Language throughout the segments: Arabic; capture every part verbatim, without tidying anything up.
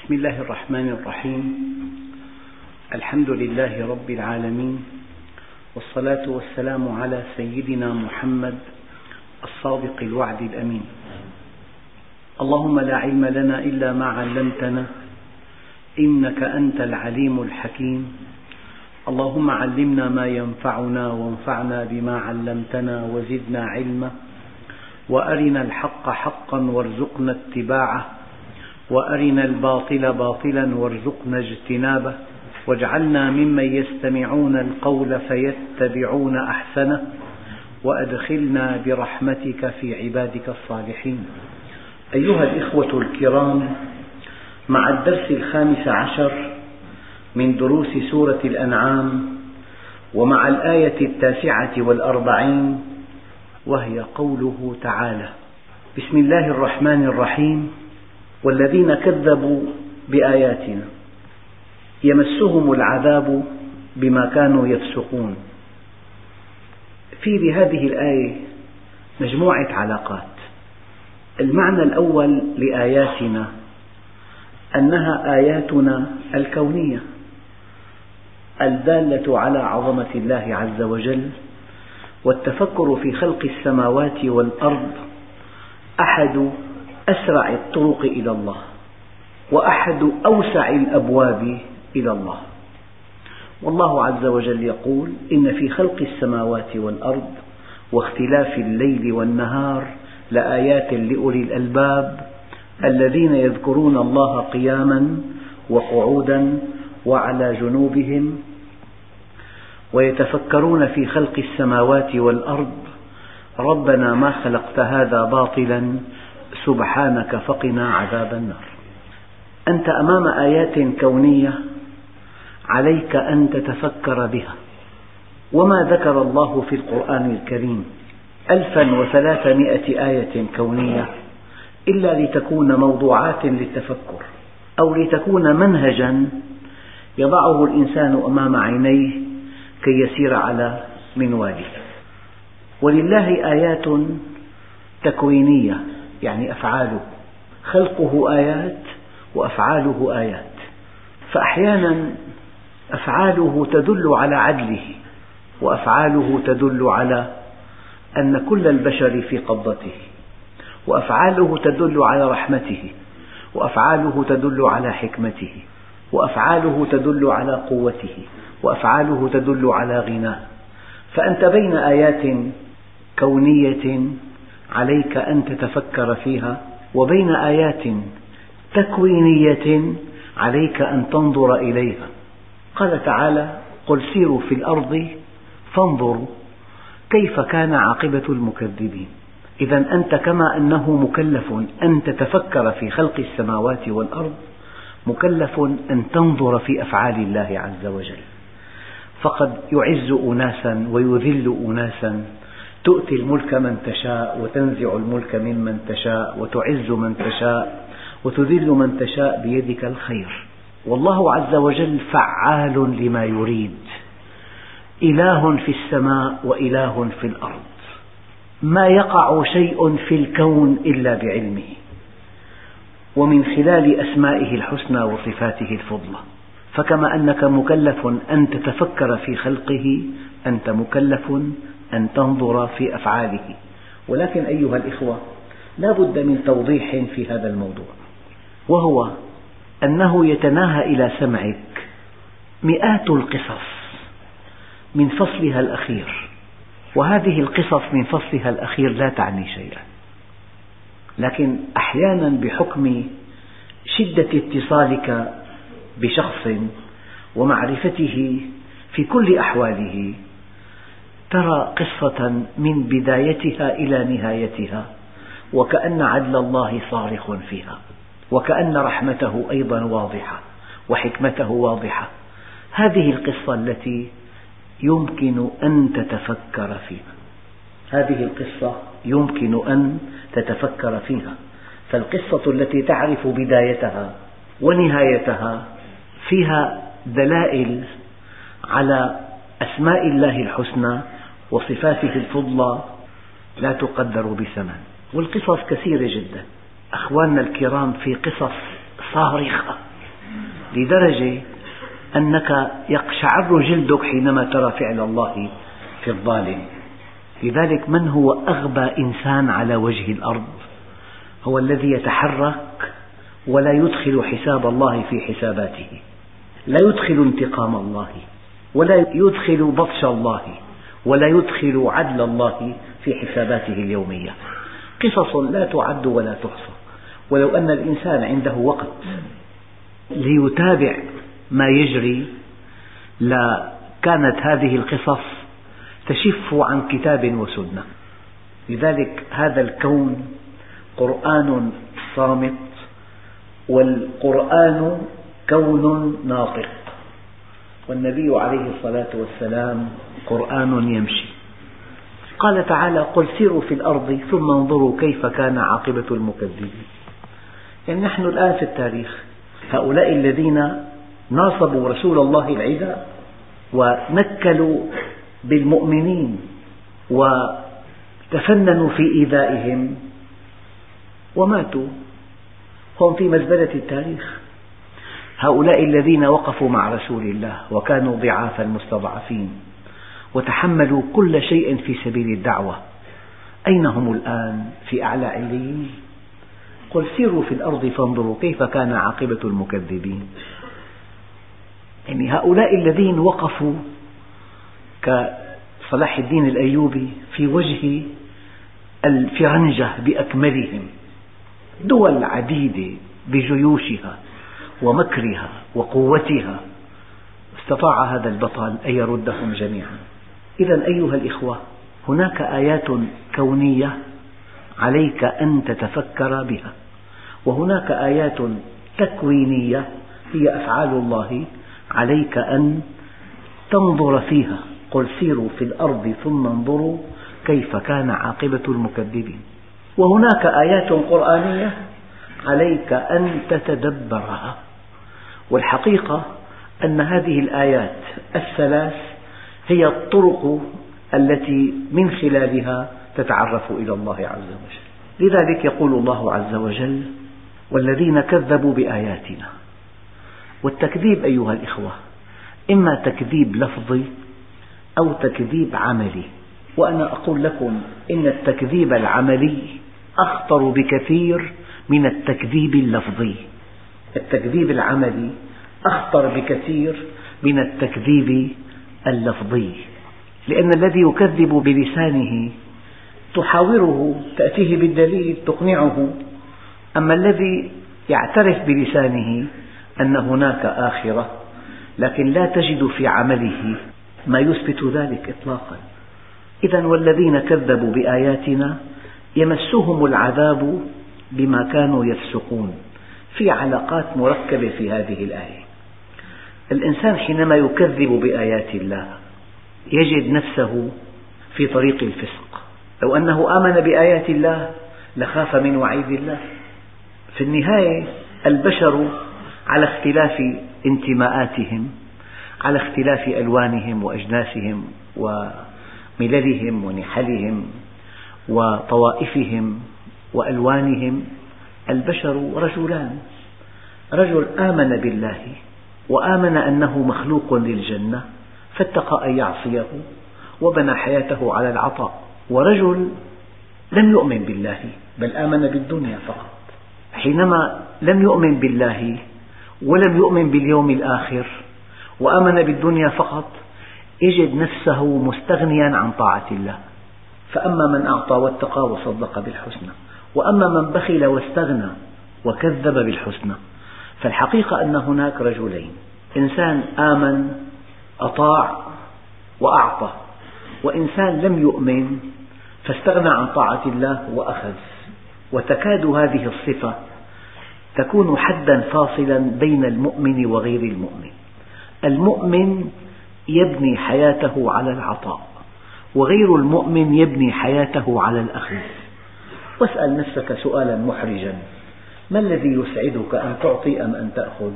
بسم الله الرحمن الرحيم. الحمد لله رب العالمين، والصلاة والسلام على سيدنا محمد الصادق الوعد الأمين. اللهم لا علم لنا إلا ما علمتنا إنك أنت العليم الحكيم. اللهم علمنا ما ينفعنا وانفعنا بما علمتنا وزدنا علما، وأرنا الحق حقا وارزقنا اتباعه، وأرنا الباطل باطلا وارزقنا اجتنابه، واجعلنا ممن يستمعون القول فيتبعون أحسنه، وأدخلنا برحمتك في عبادك الصالحين. أيها الإخوة الكرام، مع الدرس الخامس عشر من دروس سورة الأنعام، ومع الآية التاسعة والأربعين، وهي قوله تعالى: بسم الله الرحمن الرحيم. والذين كذبوا بآياتنا يمسهم العذاب بما كانوا يفسقون. في بهذه الآية مجموعة علاقات. المعنى الأول لآياتنا أنها آياتنا الكونية الدالة على عظمة الله عز وجل، والتفكر في خلق السماوات والأرض أحد أسرع الطرق إلى الله، وأحد أوسع الأبواب إلى الله. والله عز وجل يقول: إن في خلق السماوات والأرض واختلاف الليل والنهار لآيات لأولي الألباب الذين يذكرون الله قياما وقعودا وعلى جنوبهم ويتفكرون في خلق السماوات والأرض ربنا ما خلقت هذا باطلا سبحانك فقنا عذاب النار. أنت أمام آيات كونية عليك أن تتفكر بها. وما ذكر الله في القرآن الكريم ألفا وثلاثمائة آية كونية إلا لتكون موضوعات للتفكر، أو لتكون منهجا يضعه الإنسان أمام عينيه كي يسير على منواله. ولله آيات تكوينية، يعني أفعاله، خلقه آيات وأفعاله آيات. فأحيانا أفعاله تدل على عدله، وأفعاله تدل على أن كل البشر في قبضته، وأفعاله تدل على رحمته، وأفعاله تدل على حكمته، وأفعاله تدل على قوته، وأفعاله تدل على غناه. فأنت بين آيات كونية عليك أن تتفكر فيها، وبين آيات تكوينية عليك أن تنظر إليها. قال تعالى: قل سيروا في الأرض فانظروا كيف كان عاقبة المكذبين. إذا أنت كما أنه مكلف أن تتفكر في خلق السماوات والأرض، مكلف أن تنظر في أفعال الله عز وجل. فقد يعز أناسا ويذل أناسا، تؤتي الملك من تشاء وتنزع الملك ممن تشاء، وتعز من تشاء وتذل من تشاء، بيدك الخير. والله عز وجل فعال لما يريد، إله في السماء وإله في الأرض. ما يقع شيء في الكون إلا بعلمه، ومن خلال أسمائه الحسنى وصفاته الفضلى. فكما أنك مكلف أن تتفكر في خلقه، أنت مكلف أن تنظر في أفعاله. ولكن أيها الإخوة، لا بد من توضيح في هذا الموضوع، وهو أنه يتناهى إلى سمعك مئات القصص من فصلها الأخير، وهذه القصص من فصلها الأخير لا تعني شيئا، لكن أحيانا بحكم شدة اتصالك بشخص ومعرفته في كل أحواله ترى قصة من بدايتها إلى نهايتها، وكأن عدل الله صارخ فيها، وكأن رحمته أيضا واضحة وحكمته واضحة. هذه القصة التي يمكن أن تتفكر فيها، هذه القصة يمكن أن تتفكر فيها. فالقصة التي تعرف بدايتها ونهايتها فيها دلائل على أسماء الله الحسنى وصفاته الفضلى لا تقدر بثمن. والقصص كثيرة جدا أخواننا الكرام، في قصص صارخة لدرجة أنك يقشعر جلدك حينما ترى فعل الله في الظالم. لذلك من هو أغبى إنسان على وجه الأرض؟ هو الذي يتحرك ولا يدخل حساب الله في حساباته، لا يدخل انتقام الله، ولا يدخل بطش الله، ولا يدخل عدل الله في حساباته اليومية. قصص لا تعد ولا تحصى، ولو أن الإنسان عنده وقت ليتابع ما يجري لكانت هذه القصص تشف عن كتاب وسنة. لذلك هذا الكون قرآن صامت، والقرآن كون ناطق، والنبي عليه الصلاة والسلام قرآن يمشي. قال تعالى: قل سيروا في الأرض ثم انظروا كيف كان عاقبة المكذبين. يعني نحن الآن في التاريخ، هؤلاء الذين ناصبوا رسول الله العداء ونكلوا بالمؤمنين وتفننوا في إيذائهم وماتوا، هم في مزبلة التاريخ. هؤلاء الذين وقفوا مع رسول الله وكانوا ضعافا مستضعفين وتحملوا كل شيء في سبيل الدعوة، أين هم الآن؟ في أعلى عليين. قل سيروا في الأرض فانظروا كيف كان عاقبة المكذبين. يعني هؤلاء الذين وقفوا كصلاح الدين الأيوبي في وجه الفرنجة بأكملهم، دول عديدة بجيوشها ومكرها وقوتها، استطاع هذا البطل أن يردهم جميعا. إذا أيها الإخوة، هناك آيات كونية عليك أن تتفكر بها، وهناك آيات تكوينية هي أفعال الله عليك أن تنظر فيها. قل سيروا في الأرض ثم انظروا كيف كان عاقبة المكذبين. وهناك آيات قرآنية عليك أن تتدبرها، والحقيقة أن هذه الآيات الثلاث هي الطرق التي من خلالها تتعرف إلى الله عز وجل. لذلك يقول الله عز وجل: والذين كذبوا بآياتنا. والتكذيب أيها الإخوة إما تكذيب لفظي أو تكذيب عملي، وأنا أقول لكم إن التكذيب العملي أخطر بكثير من التكذيب اللفظي. التكذيب العملي أخطر بكثير من التكذيب اللفظي، لأن الذي يكذب بلسانه تحاوره، تأتيه بالدليل تقنعه، أما الذي يعترف بلسانه أن هناك آخرة لكن لا تجد في عمله ما يثبت ذلك إطلاقا. إذا والذين كذبوا بآياتنا يمسهم العذاب بما كانوا يفسقون. في علاقات مركبة في هذه الآية. الإنسان حينما يكذب بآيات الله يجد نفسه في طريق الفسق. لو أنه آمن بآيات الله لخاف من وعيد الله. في النهاية البشر على اختلاف انتماءاتهم، على اختلاف ألوانهم وأجناسهم ومللهم ونحلهم وطوائفهم وألوانهم، البشر رجلان: رجل آمن بالله وآمن أنه مخلوق للجنة فاتقى أن يعصيه وبنى حياته على العطاء، ورجل لم يؤمن بالله بل آمن بالدنيا فقط. حينما لم يؤمن بالله ولم يؤمن باليوم الآخر وآمن بالدنيا فقط يجد نفسه مستغنيا عن طاعة الله. فأما من أعطى واتقى وصدق بالحسنى، وأما من بخل واستغنى وكذب بالحسنى. فالحقيقة أن هناك رجلين: إنسان آمن أطاع وأعطى، وإنسان لم يؤمن فاستغنى عن طاعة الله وأخذ. وتكاد هذه الصفة تكون حدا فاصلا بين المؤمن وغير المؤمن. المؤمن يبني حياته على العطاء، وغير المؤمن يبني حياته على الأخذ. واسأل نفسك سؤالا محرجا: ما الذي يسعدك أن تعطي أم أن تأخذ؟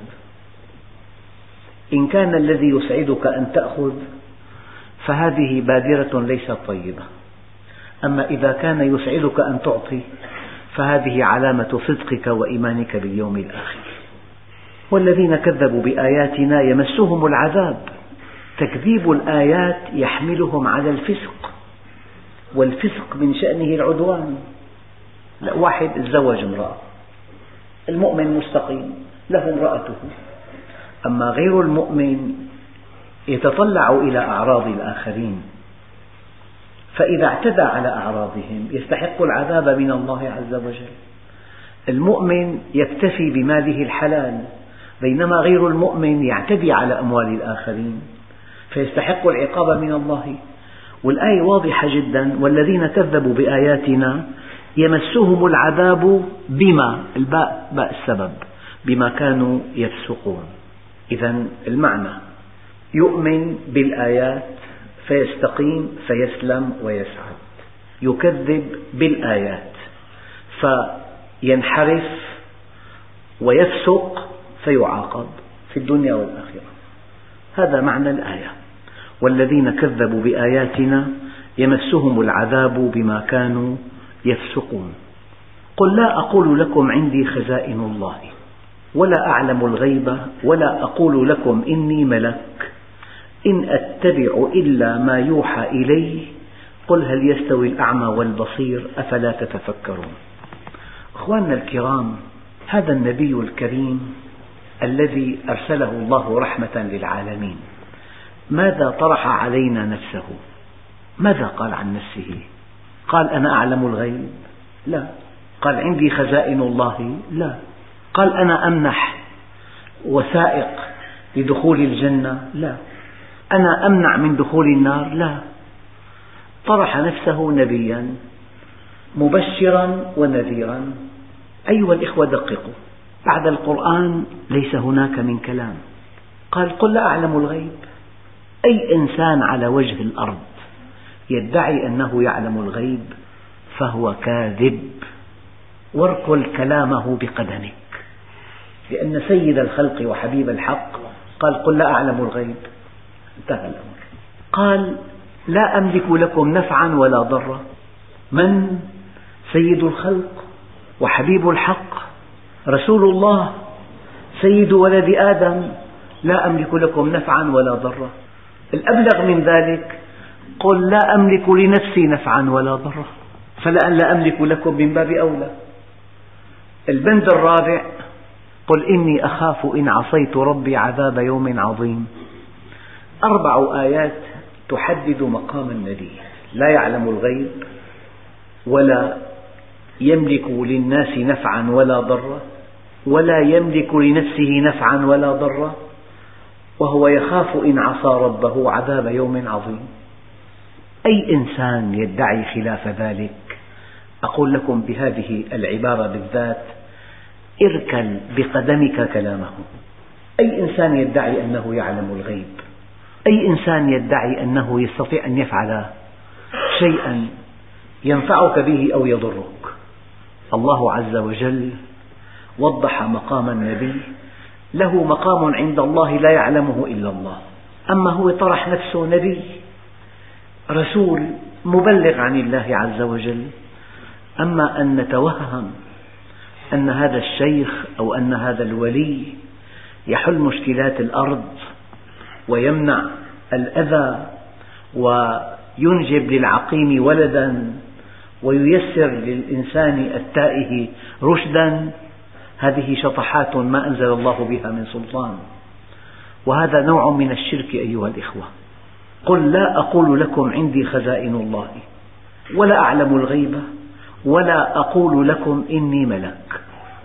إن كان الذي يسعدك أن تأخذ فهذه بادرة ليست طيبة، أما إذا كان يسعدك أن تعطي فهذه علامة صدقك وإيمانك باليوم الآخر. والذين كذبوا بآياتنا يمسهم العذاب. تكذيب الآيات يحملهم على الفسق، والفسق من شأنه العدوان. واحد تزوج امرأة، المؤمن مستقيم له امرأته، أما غير المؤمن يتطلع إلى أعراض الآخرين، فإذا اعتدى على أعراضهم يستحق العذاب من الله عز وجل. المؤمن يكتفي بماله الحلال، بينما غير المؤمن يعتدي على أموال الآخرين فيستحق العقاب من الله. والآية واضحة جدا: والذين كذبوا بآياتنا يمسهم العذاب بما، الباء باء السبب، بما كانوا يفسقون. إذن المعنى: يؤمن بالآيات فيستقيم فيسلم ويسعد، يكذب بالآيات فينحرف ويفسق فيعاقب في الدنيا والآخرة. هذا معنى الآية: والذين كذبوا بآياتنا يمسهم العذاب بما كانوا يفسقون. قل لا أقول لكم عندي خزائن الله ولا أعلم الغيب ولا أقول لكم إني ملك إن أتبع إلا ما يوحى إلي قل هل يستوي الأعمى والبصير أفلا تتفكرون. أخواننا الكرام، هذا النبي الكريم الذي أرسله الله رحمة للعالمين ماذا طرح علينا نفسه؟ ماذا قال عن نفسه؟ قال أنا أعلم الغيب؟ لا. قال عندي خزائن الله؟ لا. قال أنا أمنح وثائق لدخول الجنة؟ لا. أنا أمنع من دخول النار؟ لا. طرح نفسه نبيا مبشرا ونذيرا. أيها الإخوة دققوا، بعد القرآن ليس هناك من كلام. قال قل لا أعلم الغيب. أي إنسان على وجه الأرض يدعي أنه يعلم الغيب فهو كاذب، واركل كلامه بقدمك، لأن سيد الخلق وحبيب الحق قال قل لا أعلم الغيب، انتهى الأمر. قال لا أملك لكم نفعا ولا ضرا. من؟ سيد الخلق وحبيب الحق رسول الله سيد ولد آدم، لا أملك لكم نفعا ولا ضرا. الأبلغ من ذلك قل لا أملك لنفسي نفعا ولا ضرا، فلأن لا أملك لكم من باب أولى. البند الرابع قل إني أخاف إن عصيت ربي عذاب يوم عظيم. أربع آيات تحدد مقام النبي: لا يعلم الغيب ولا يملك للناس نفعا ولا ضرا ولا يملك لنفسه نفعا ولا ضرا، وهو يخاف إن عصى ربه عذاب يوم عظيم. أي إنسان يدعي خلاف ذلك أقول لكم بهذه العبارة بالذات: اركل بقدمك كلامه. أي إنسان يدعي أنه يعلم الغيب، أي إنسان يدعي أنه يستطيع أن يفعل شيئا ينفعك به أو يضرك. الله عز وجل وضح مقام النبي، له مقام عند الله لا يعلمه إلا الله. أما هو طرح نفسه نبي رسول مبلغ عن الله عز وجل. أما أن نتوهم أن هذا الشيخ أو أن هذا الولي يحل مشكلات الأرض ويمنع الأذى وينجب للعقيم ولدا وييسر للإنسان التائه رشدا، هذه شطحات ما أنزل الله بها من سلطان، وهذا نوع من الشرك أيها الإخوة. قل لا أقول لكم عندي خزائن الله ولا أعلم الغيب ولا أقول لكم إني ملك.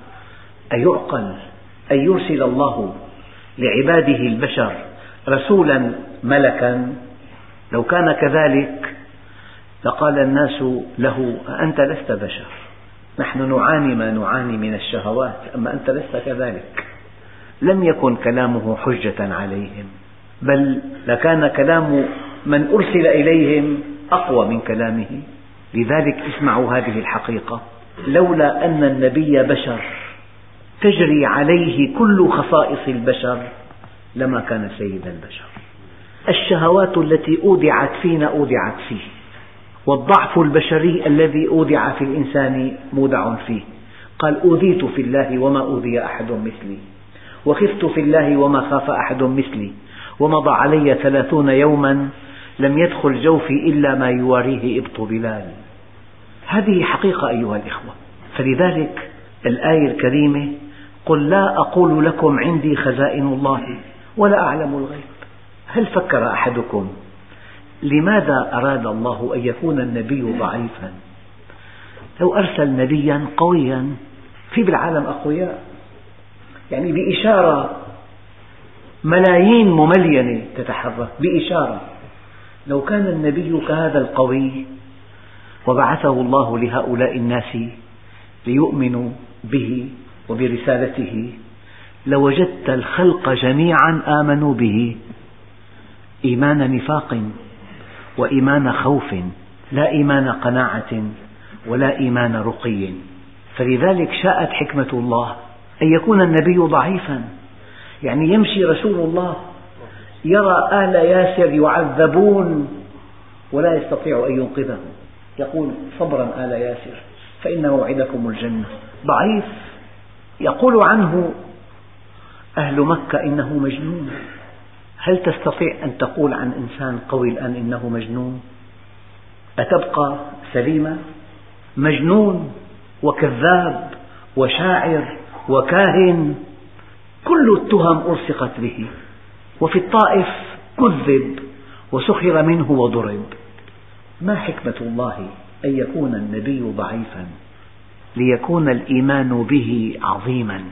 أيعقل أن يرسل الله لعباده البشر رسولا ملكا؟ لو كان كذلك لقال الناس له أنت لست بشر، نحن نعاني ما نعاني من الشهوات أما أنت لست كذلك. لم يكن كلامه حجة عليهم، بل لكان كلام من أرسل إليهم أقوى من كلامه. لذلك اسمعوا هذه الحقيقة: لولا أن النبي بشر تجري عليه كل خصائص البشر لما كان سيد البشر. الشهوات التي أودعت فينا أودعت فيه، والضعف البشري الذي أودع في الإنسان مودع فيه. قال أوذيت في الله وما أوذي أحد مثلي. وخفت في الله وما خاف أحد مثلي ومضى علي ثلاثون يوما لم يدخل جوفي إلا ما يواريه إبط بلال. هذه حقيقة أيها الإخوة. فلذلك الآية الكريمة قل لا أقول لكم عندي خزائن الله ولا أعلم الغيب. هل فكر أحدكم لماذا أراد الله أن يكون النبي ضعيفا؟ لو أرسل نبيا قويا، في بالعالم أقوياء، يعني بإشارة ملايين مملينة تتحرك بإشارة. لو كان النبي كهذا القوي وبعثه الله لهؤلاء الناس ليؤمنوا به وبرسالته لوجدت الخلق جميعا آمنوا به إيمان نفاق وإيمان خوف، لا إيمان قناعة ولا إيمان رقي. فلذلك شاءت حكمة الله أن يكون النبي ضعيفا، يعني يمشي رسول الله يرى آل ياسر يعذبون ولا يستطيع أن ينقذهم، يقول صبرا آل ياسر فإن موعدكم الجنة. ضعيف، يقول عنه أهل مكة إنه مجنون. هل تستطيع أن تقول عن إنسان قوي الآن إنه مجنون؟ أتبقى سليما؟ مجنون وكذاب وشاعر وكاهن، كل التهم ألصقت به. وفي الطائف كذب وسخر منه وضرب. ما حكمة الله أن يكون النبي ضعيفا؟ ليكون الإيمان به عظيما.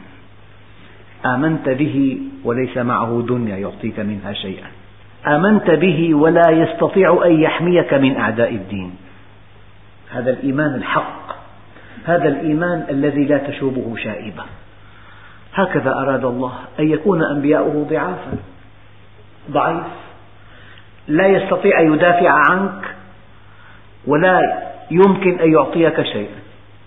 آمنت به وليس معه دنيا يعطيك منها شيئا، آمنت به ولا يستطيع أن يحميك من أعداء الدين. هذا الإيمان الحق، هذا الإيمان الذي لا تشوبه شائبة. هكذا أراد الله أن يكون أنبياؤه ضعافا، ضعيف لا يستطيع أن يدافع عنك ولا يمكن أن يعطيك شيئا.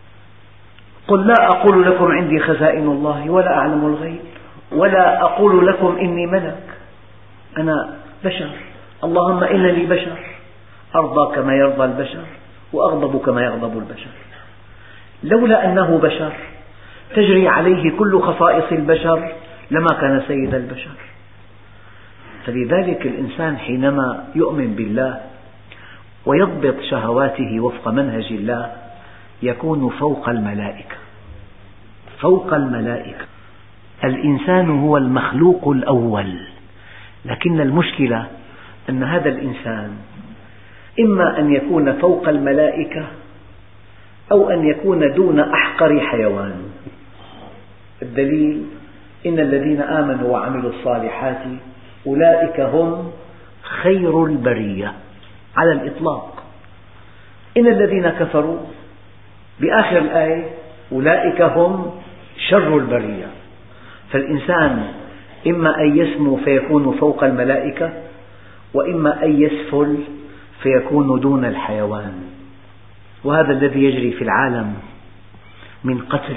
قل لا أقول لكم عندي خزائن الله ولا أعلم الغيب ولا أقول لكم إني ملك، أنا بشر، اللهم إنني بشر، أرضى كما يرضى البشر وأغضب كما يغضب البشر. لولا أنه بشر تجري عليه كل خصائص البشر لما كان سيد البشر. فلذلك الإنسان حينما يؤمن بالله ويضبط شهواته وفق منهج الله يكون فوق الملائكة، فوق الملائكة. الإنسان هو المخلوق الأول، لكن المشكلة أن هذا الإنسان إما أن يكون فوق الملائكة أو أن يكون دون أحقر حيوان. الدليل إن الذين آمنوا وعملوا الصالحات أولئك هم خير البرية على الإطلاق. إن الذين كفروا بآخر الآية أولئك هم شر البرية. فالإنسان إما أن يسمو فيكون فوق الملائكة وإما أن يسفل فيكون دون الحيوان. وهذا الذي يجري في العالم من قتل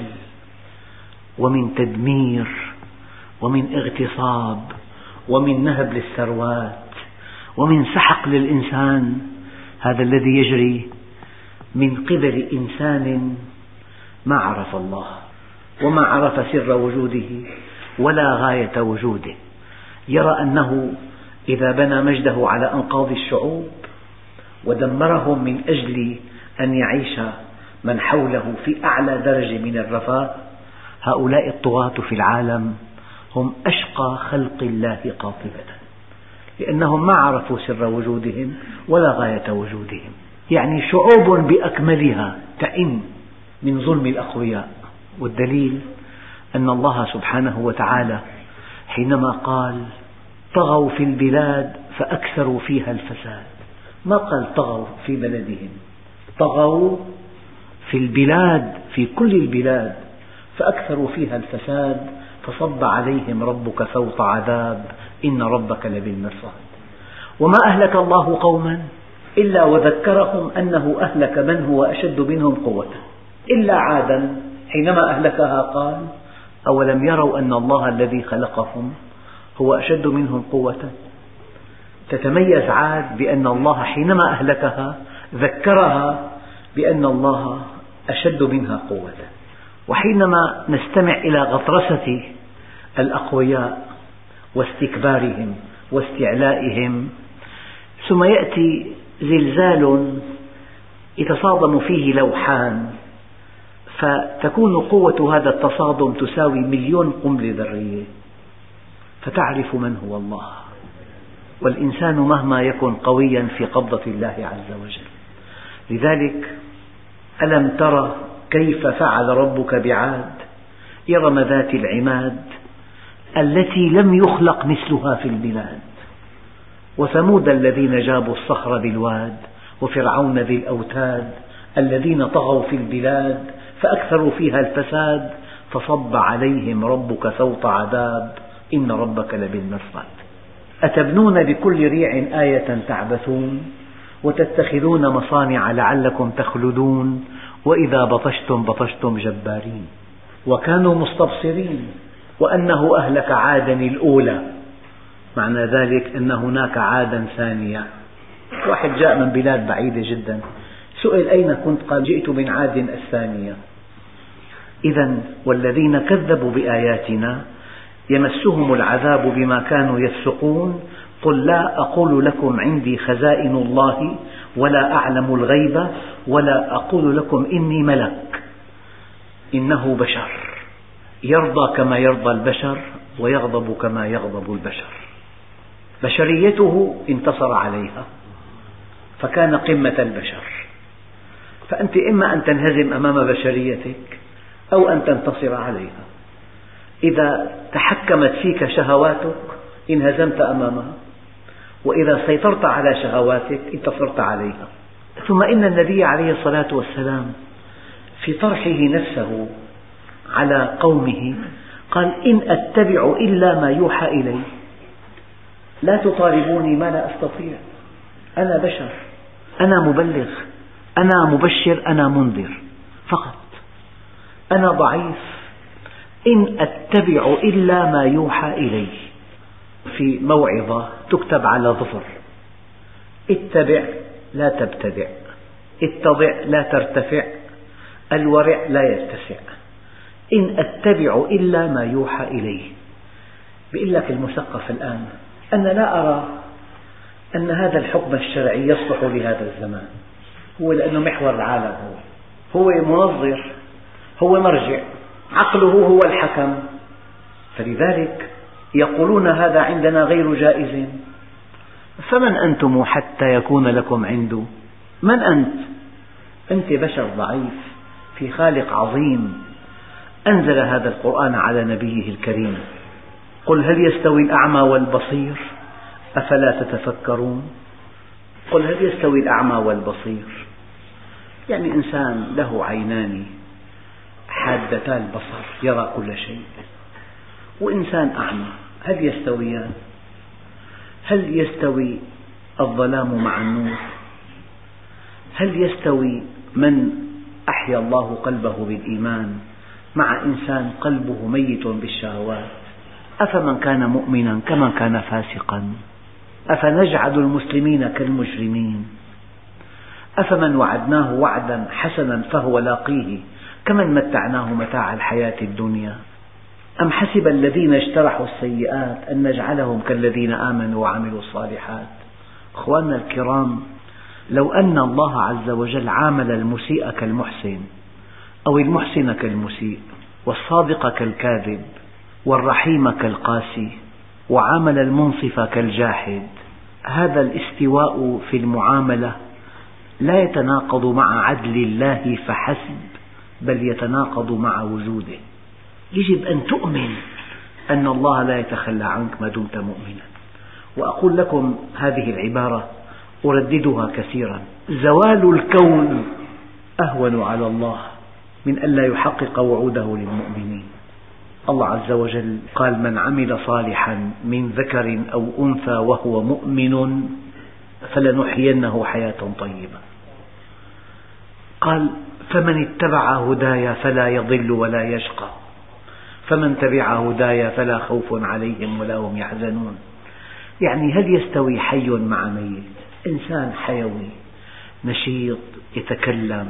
ومن تدمير ومن اغتصاب ومن نهب للثروات ومن سحق للإنسان، هذا الذي يجري من قبل إنسان ما عرف الله وما عرف سر وجوده ولا غاية وجوده. يرى أنه إذا بنى مجده على أنقاض الشعوب ودمرهم من أجل أن يعيش من حوله في أعلى درجة من الرفاه، هؤلاء الطغاة في العالم هم أشقى خلق الله قاطبة، لأنهم ما عرفوا سر وجودهم ولا غاية وجودهم. يعني شعوب بأكملها تئن من ظلم الأقوياء. والدليل أن الله سبحانه وتعالى حينما قال طغوا في البلاد فأكثروا فيها الفساد، ما قال طغوا في بلدهم، طغوا في البلاد، في كل البلاد، فأكثروا فيها الفساد فصب عليهم ربك سوط عذاب إن ربك لبالمرصاد. وما أهلك الله قوما إلا وذكرهم أنه أهلك من هو أشد منهم قوة، إلا عادا حينما أهلكها قال أولم يروا أن الله الذي خلقهم هو أشد منهم قوة. تتميز عاد بأن الله حينما أهلكها ذكرها بأن الله أشد منها قوة. وحينما نستمع إلى غطرسة الأقوياء واستكبارهم واستعلائهم، ثم يأتي زلزال يتصادم فيه لوحان، فتكون قوة هذا التصادم تساوي مليون قنبلة ذرية، فتعرف من هو الله. والإنسان مهما يكن قويا في قبضة الله عز وجل. لذلك ألم تر كيف فعل ربك بعاد إرم ذات العماد التي لم يخلق مثلها في البلاد، وثمود الذين جابوا الصخر بالواد، وفرعون ذي الأوتاد الذين طغوا في البلاد فأكثروا فيها الفساد، فصب عليهم ربك سوط عذاب إن ربك لبالمرصاد. أتبنون بكل ريع آية تعبثون وتتخذون مصانع لعلكم تخلدون وإذا بطشتم بطشتم جبارين. وكانوا مستبصرين وأنه أهلك عادا الأولى، معنى ذلك أن هناك عادا ثانية. واحد جاء من بلاد بعيدة جدا، سئل أين كنت؟ قال جئت من عاد الثانية. إذا والذين كذبوا بآياتنا يمسهم العذاب بما كانوا يفسقون. قل لا أقول لكم عندي خزائن الله ولا أعلم الغيب ولا أقول لكم إني ملك، إنه بشر يرضى كما يرضى البشر ويغضب كما يغضب البشر. بشريته انتصر عليها فكان قمة البشر، فأنت إما أن تنهزم أمام بشريتك أو أن تنتصر عليها. إذا تحكمت فيك شهواتك انهزمت أمامها، وإذا سيطرت على شهواتك انتصرت عليها. ثم إن النبي عليه الصلاة والسلام في طرحه نفسه على قومه قال إن أتبع إلا ما يوحى إلي، لا تطالبوني ما لا أستطيع، أنا بشر، أنا مبلغ، أنا مبشر، أنا منذر فقط، أنا ضعيف. إن أتبع إلا ما يوحى إلي. في موعظة تكتب على ظفر: اتبع لا تبتدع، اتضع لا ترتفع، الورع لا يتسع. إن أتبع إلا ما يوحى إلي. بيقول لك المثقف الآن أنا لا أرى أن هذا الحكم الشرعي يصلح لهذا الزمان، هو لأنه محور العالم، هو هو منظر، هو مرجع، عقله هو الحكم، فلذلك يقولون هذا عندنا غير جائز. فمن أنتم حتى يكون لكم عنده؟ من أنت؟ أنت بشر ضعيف في خالق عظيم أنزل هذا القرآن على نبيه الكريم. قل هل يستوي الأعمى والبصير أفلا تتفكرون؟ قل هل يستوي الأعمى والبصير؟ يعني إنسان له عينان حادتا البصر يرى كل شيء، وإنسان أعمى، هل يستويان؟ هل يستوي الظلام مع النور؟ هل يستوي من أحيا الله قلبه بالإيمان مع إنسان قلبه ميت بالشهوات؟ أفمن كان مؤمنا كمن كان فاسقا؟ أفنجعل المسلمين كالمجرمين؟ أفمن وعدناه وعدا حسنا فهو لاقيه كمن متعناه متاع الحياة الدنيا؟ أم حسب الذين اجترحوا السيئات أن نجعلهم كالذين آمنوا وعملوا الصالحات؟ أخواننا الكرام، لو أن الله عز وجل عامل المسيء كالمحسن أو المحسن كالمسيء والصادق كالكاذب والرحيم كالقاسي وعامل المنصف كالجاحد، هذا الاستواء في المعاملة لا يتناقض مع عدل الله فحسب، بل يتناقض مع وجوده. يجب أن تؤمن أن الله لا يتخلى عنك ما دمت مؤمنا. وأقول لكم هذه العبارة أرددها كثيرا: زوال الكون أهون على الله من أن لا يحقق وعوده للمؤمنين. الله عز وجل قال: من عمل صالحا من ذكر أو أنثى وهو مؤمن فلنحيينه حياة طيبة. قال: فمن اتبع هداي فلا يضل ولا يشقى، فمن تبع هداي فلا خوف عليهم ولا هم يحزنون. يعني هل يستوي حي مع ميت؟ إنسان حيوي نشيط يتكلم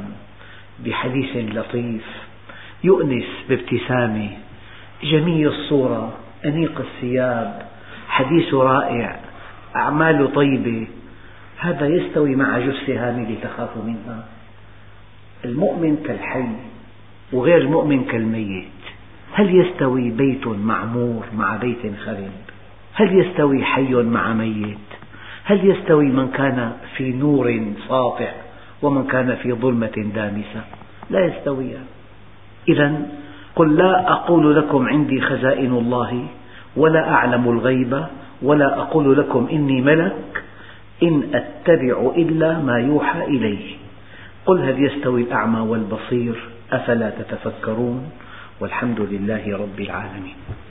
بحديث لطيف يؤنس بابتسامة جميل الصورة أنيق الثياب، حديث رائع، أعمال طيبة، هذا يستوي مع جثة هامدة تخاف منها؟ المؤمن كالحي وغير المؤمن كالميت. هل يستوي بيت معمور مع بيت خرب؟ هل يستوي حي مع ميت؟ هل يستوي من كان في نور ساطع ومن كان في ظلمة دامسة؟ لا يستويان. إذا قل لا أقول لكم عندي خزائن الله ولا أعلم الغيب ولا أقول لكم إني ملك إن أتبع إلا ما يوحى إلي. قل هل يستوي الأعمى والبصير أفلا تتفكرون؟ والحمد لله رب العالمين.